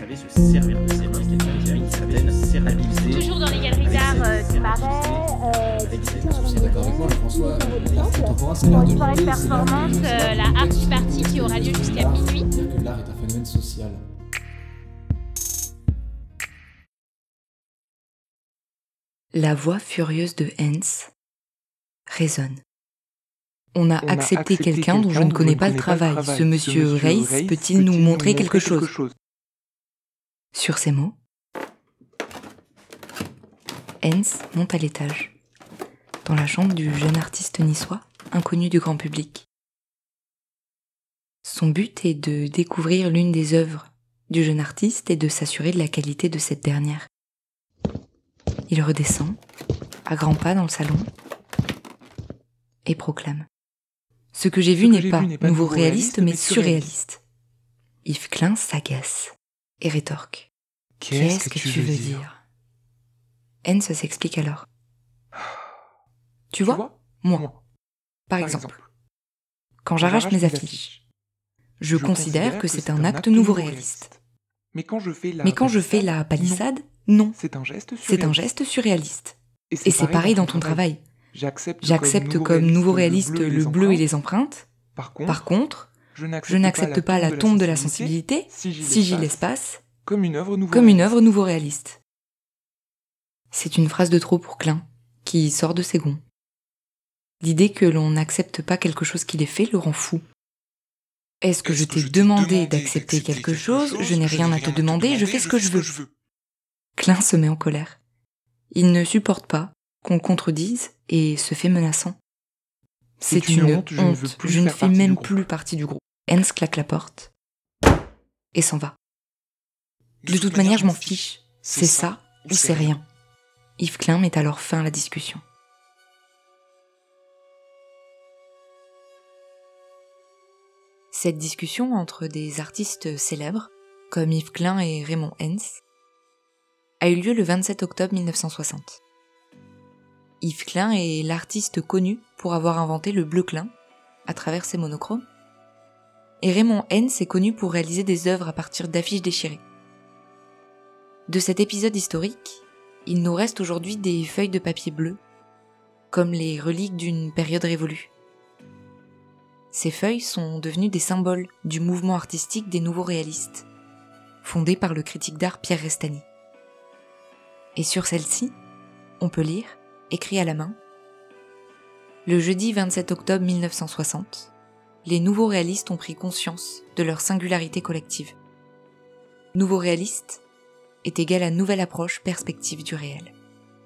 savait se servir de ses mains, quelqu'un qui a une certaine sérénité. Toujours dans les galeries d'art du Marais. D'accord avec moi, François, l'art contemporain, c'est Pour l'art de une soirée de l'idée, c'est l'art de performance, l'idée. la Arts Party qui aura lieu jusqu'à minuit. C'est-à-dire que l'art est un phénomène social. La voix furieuse de Hens résonne. On a accepté quelqu'un dont je ne connais pas le travail. Ce monsieur Reiss peut-il nous montrer quelque chose ? Sur ces mots, Hens monte à l'étage, dans la chambre du jeune artiste niçois, inconnu du grand public. Son but est de découvrir l'une des œuvres du jeune artiste et de s'assurer de la qualité de cette dernière. Il redescend, à grands pas dans le salon, et proclame. Ce que j'ai vu n'est pas nouveau réaliste, mais surréaliste. Yves Klein s'agace et rétorque. Qu'est-ce que tu veux dire ? Hens s'explique alors. Tu vois, moi, par exemple, quand j'arrache mes affiches, je considère que c'est un acte nouveau réaliste. Mais quand je fais la palissade, non, c'est un geste c'est un geste surréaliste. Et c'est pareil dans ton travail. J'accepte comme nouveau réaliste le bleu et les empreintes. Par contre, je n'accepte pas la tombe de la sensibilité, si j'y laisse place, comme une œuvre nouveau réaliste. C'est une phrase de trop pour Klein, qui sort de ses gonds. L'idée que l'on n'accepte pas quelque chose qu'il est fait le rend fou. Est-ce que je t'ai demandé d'accepter quelque chose ? Je n'ai rien à te demander, je fais ce que je veux. Klein se met en colère. Il ne supporte pas qu'on le contredise et se fait menaçant. C'est une honte, je ne fais même plus partie du groupe. Hens claque la porte et s'en va. De toute manière, je m'en fiche. C'est ça ou c'est rien. Yves Klein met alors fin à la discussion. Cette discussion entre des artistes célèbres, comme Yves Klein et Raymond Hens, a eu lieu le 27 octobre 1960. Yves Klein est l'artiste connu pour avoir inventé le bleu Klein à travers ses monochromes. Et Raymond Hens est connu pour réaliser des œuvres à partir d'affiches déchirées. De cet épisode historique, il nous reste aujourd'hui des feuilles de papier bleu, comme les reliques d'une période révolue. Ces feuilles sont devenues des symboles du mouvement artistique des nouveaux réalistes, fondé par le critique d'art Pierre Restany. Et sur celle-ci, on peut lire, écrit à la main, « Le jeudi 27 octobre 1960, les nouveaux réalistes ont pris conscience de leur singularité collective. Nouveau réaliste est égal à nouvelle approche perspective du réel. »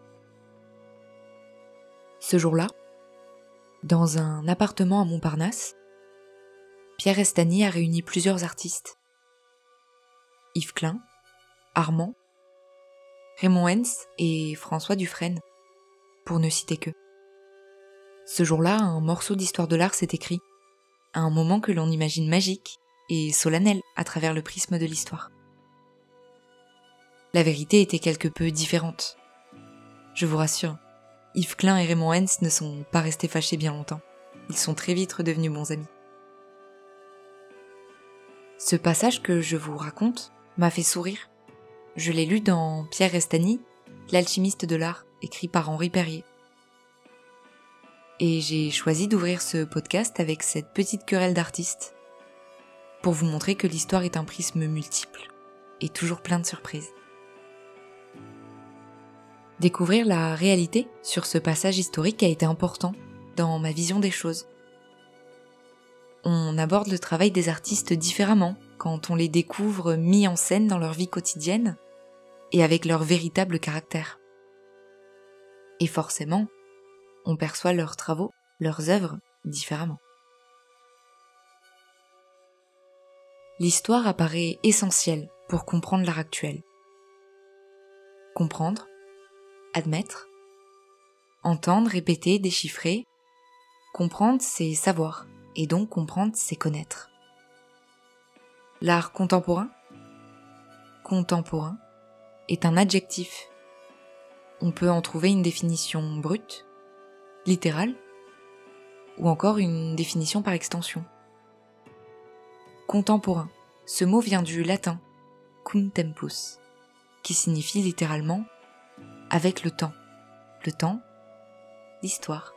Ce jour-là, dans un appartement à Montparnasse, Pierre Restany a réuni plusieurs artistes. Yves Klein, Armand, Raymond Hens et François Dufresne, pour ne citer qu'eux. Ce jour-là, un morceau d'histoire de l'art s'est écrit, à un moment que l'on imagine magique et solennel à travers le prisme de l'histoire. La vérité était quelque peu différente. Je vous rassure, Yves Klein et Raymond Hens ne sont pas restés fâchés bien longtemps. Ils sont très vite redevenus bons amis. Ce passage que je vous raconte m'a fait sourire. Je l'ai lu dans Pierre Restany, L'alchimiste de l'art, écrit par Henri Perrier. Et j'ai choisi d'ouvrir ce podcast avec cette petite querelle d'artistes, pour vous montrer que l'histoire est un prisme multiple et toujours plein de surprises. Découvrir la réalité sur ce passage historique a été important dans ma vision des choses. On aborde le travail des artistes différemment quand on les découvre mis en scène dans leur vie quotidienne et avec leur véritable caractère. Et forcément, on perçoit leurs travaux, leurs œuvres différemment. L'histoire apparaît essentielle pour comprendre l'art actuel. Comprendre, admettre, entendre, répéter, déchiffrer. Comprendre, c'est savoir, et donc comprendre, c'est connaître. L'art contemporain est un adjectif. On peut en trouver une définition brute, littérale, ou encore une définition par extension. Contemporain, ce mot vient du latin cum tempus, qui signifie littéralement « avec le temps ». Le temps, l'histoire.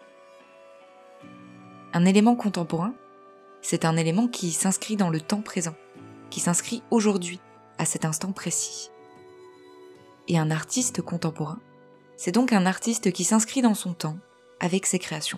Un élément contemporain, c'est un élément qui s'inscrit dans le temps présent, qui s'inscrit aujourd'hui, à cet instant précis. Et un artiste contemporain, c'est donc un artiste qui s'inscrit dans son temps avec ses créations.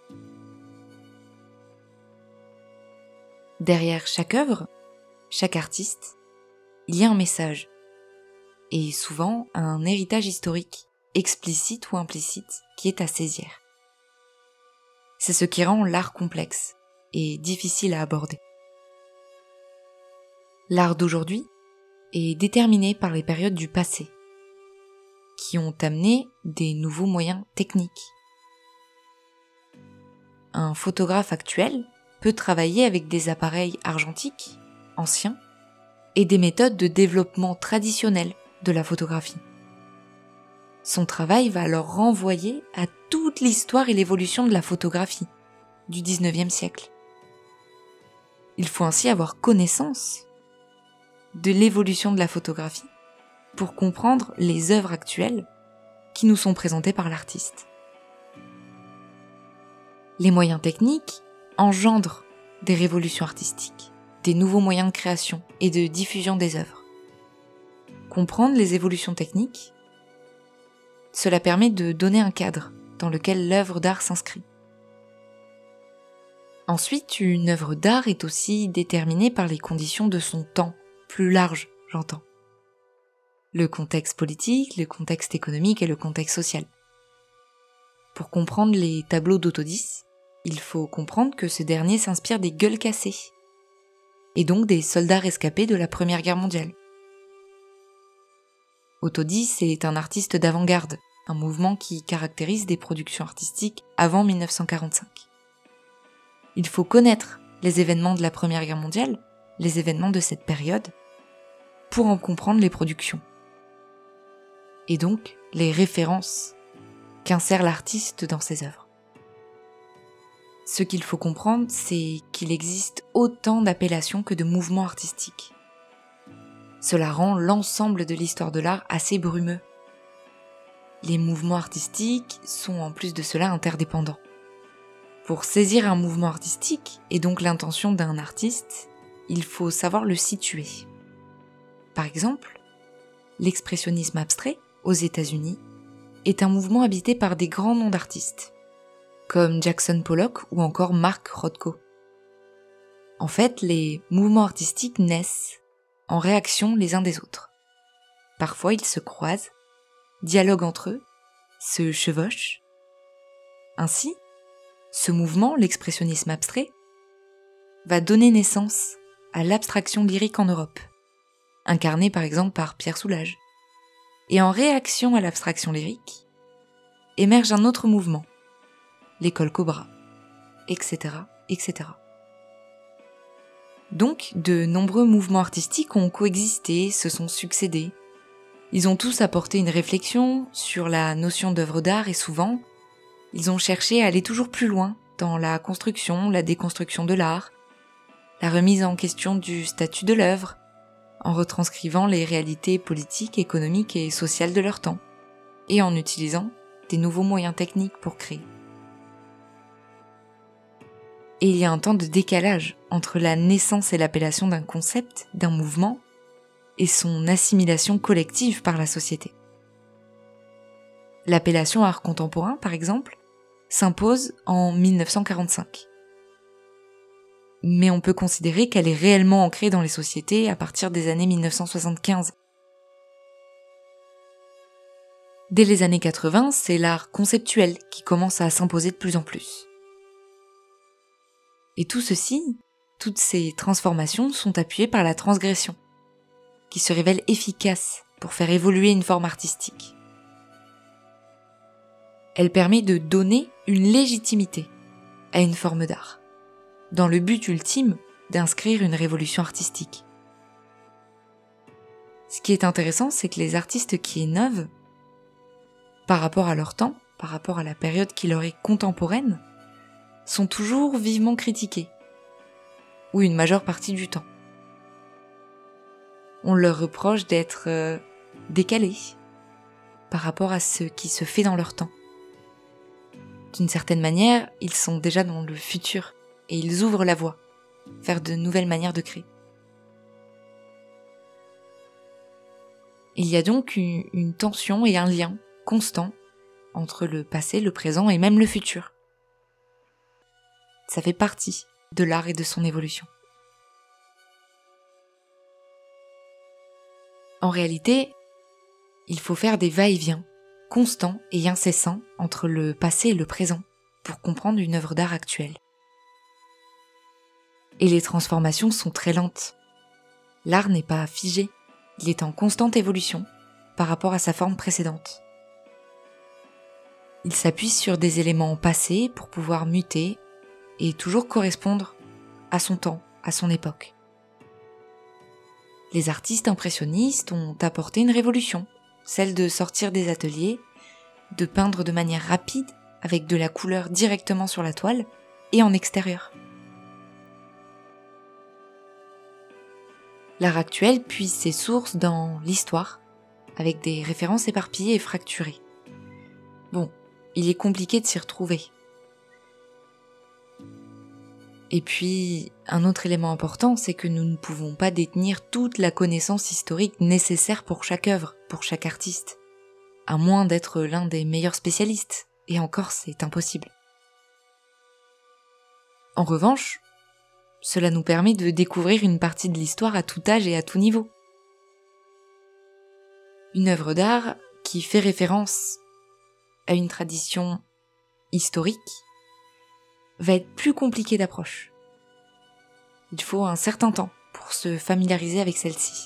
Derrière chaque œuvre, chaque artiste, il y a un message, et souvent un héritage historique, explicite ou implicite, qui est à saisir. C'est ce qui rend l'art complexe et difficile à aborder. L'art d'aujourd'hui est déterminé par les périodes du passé, qui ont amené des nouveaux moyens techniques. Un photographe actuel peut travailler avec des appareils argentiques, anciens, et des méthodes de développement traditionnelles de la photographie. Son travail va alors renvoyer à toute l'histoire et l'évolution de la photographie du XIXe siècle. Il faut ainsi avoir connaissance de l'évolution de la photographie pour comprendre les œuvres actuelles qui nous sont présentées par l'artiste. Les moyens techniques engendrent des révolutions artistiques, des nouveaux moyens de création et de diffusion des œuvres. Comprendre les évolutions techniques, cela permet de donner un cadre dans lequel l'œuvre d'art s'inscrit. Ensuite, une œuvre d'art est aussi déterminée par les conditions de son temps, plus large, j'entends. Le contexte politique, le contexte économique et le contexte social. Pour comprendre les tableaux d'Autodis, il faut comprendre que ce dernier s'inspire des gueules cassées, et donc des soldats rescapés de la Première Guerre mondiale. Autodis est un artiste d'avant-garde, un mouvement qui caractérise des productions artistiques avant 1945. Il faut connaître les événements de la Première Guerre mondiale, les événements de cette période, pour en comprendre les productions. Et donc, les références qu'insère l'artiste dans ses œuvres. Ce qu'il faut comprendre, c'est qu'il existe autant d'appellations que de mouvements artistiques. Cela rend l'ensemble de l'histoire de l'art assez brumeux. Les mouvements artistiques sont en plus de cela interdépendants. Pour saisir un mouvement artistique, et donc l'intention d'un artiste, il faut savoir le situer. Par exemple, l'expressionnisme abstrait, aux États-Unis, est un mouvement habité par des grands noms d'artistes, comme Jackson Pollock ou encore Mark Rothko. En fait, les mouvements artistiques naissent en réaction les uns des autres. Parfois, ils se croisent, dialoguent entre eux, se chevauchent. Ainsi, ce mouvement, l'expressionnisme abstrait, va donner naissance à l'abstraction lyrique en Europe, incarnée par exemple par Pierre Soulages. Et en réaction à l'abstraction lyrique, émerge un autre mouvement, l'école Cobra, etc., etc. Donc, de nombreux mouvements artistiques ont coexisté, se sont succédés. Ils ont tous apporté une réflexion sur la notion d'œuvre d'art et souvent, ils ont cherché à aller toujours plus loin dans la construction, la déconstruction de l'art, la remise en question du statut de l'œuvre, en retranscrivant les réalités politiques, économiques et sociales de leur temps, et en utilisant des nouveaux moyens techniques pour créer. Et il y a un temps de décalage entre la naissance et l'appellation d'un concept, d'un mouvement, et son assimilation collective par la société. L'appellation art contemporain, par exemple, s'impose en 1945. Mais on peut considérer qu'elle est réellement ancrée dans les sociétés à partir des années 1975. Dès les années 80, c'est l'art conceptuel qui commence à s'imposer de plus en plus. Et tout ceci, toutes ces transformations sont appuyées par la transgression, qui se révèle efficace pour faire évoluer une forme artistique. Elle permet de donner une légitimité à une forme d'art, dans le but ultime d'inscrire une révolution artistique. Ce qui est intéressant, c'est que les artistes qui innovent, par rapport à leur temps, par rapport à la période qui leur est contemporaine, sont toujours vivement critiqués, ou une majeure partie du temps. On leur reproche d'être décalés par rapport à ce qui se fait dans leur temps. D'une certaine manière, ils sont déjà dans le futur et ils ouvrent la voie vers de nouvelles manières de créer. Il y a donc une tension et un lien constant entre le passé, le présent et même le futur. Ça fait partie de l'art et de son évolution. En réalité, il faut faire des va-et-vient constants et incessants entre le passé et le présent pour comprendre une œuvre d'art actuelle. Et les transformations sont très lentes. L'art n'est pas figé, il est en constante évolution par rapport à sa forme précédente. Il s'appuie sur des éléments passés pour pouvoir muter et toujours correspondre à son temps, à son époque. Les artistes impressionnistes ont apporté une révolution, celle de sortir des ateliers, de peindre de manière rapide avec de la couleur directement sur la toile et en extérieur. L'art actuel puise ses sources dans l'histoire, avec des références éparpillées et fracturées. Bon, il est compliqué de s'y retrouver. Et puis, un autre élément important, c'est que nous ne pouvons pas détenir toute la connaissance historique nécessaire pour chaque œuvre, pour chaque artiste, à moins d'être l'un des meilleurs spécialistes, et encore c'est impossible. En revanche, cela nous permet de découvrir une partie de l'histoire à tout âge et à tout niveau. Une œuvre d'art qui fait référence à une tradition historique va être plus compliquée d'approche. Il faut un certain temps pour se familiariser avec celle-ci.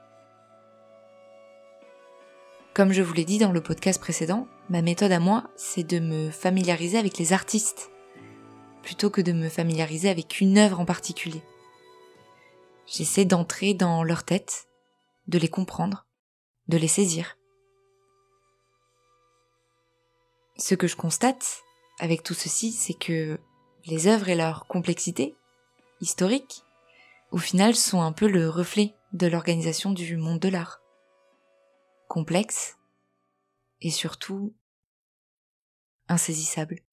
Comme je vous l'ai dit dans le podcast précédent, ma méthode à moi, c'est de me familiariser avec les artistes, plutôt que de me familiariser avec une œuvre en particulier. J'essaie d'entrer dans leur tête, de les comprendre, de les saisir. Ce que je constate avec tout ceci, c'est que les œuvres et leur complexité historique, au final, sont un peu le reflet de l'organisation du monde de l'art. Complexe et surtout insaisissable.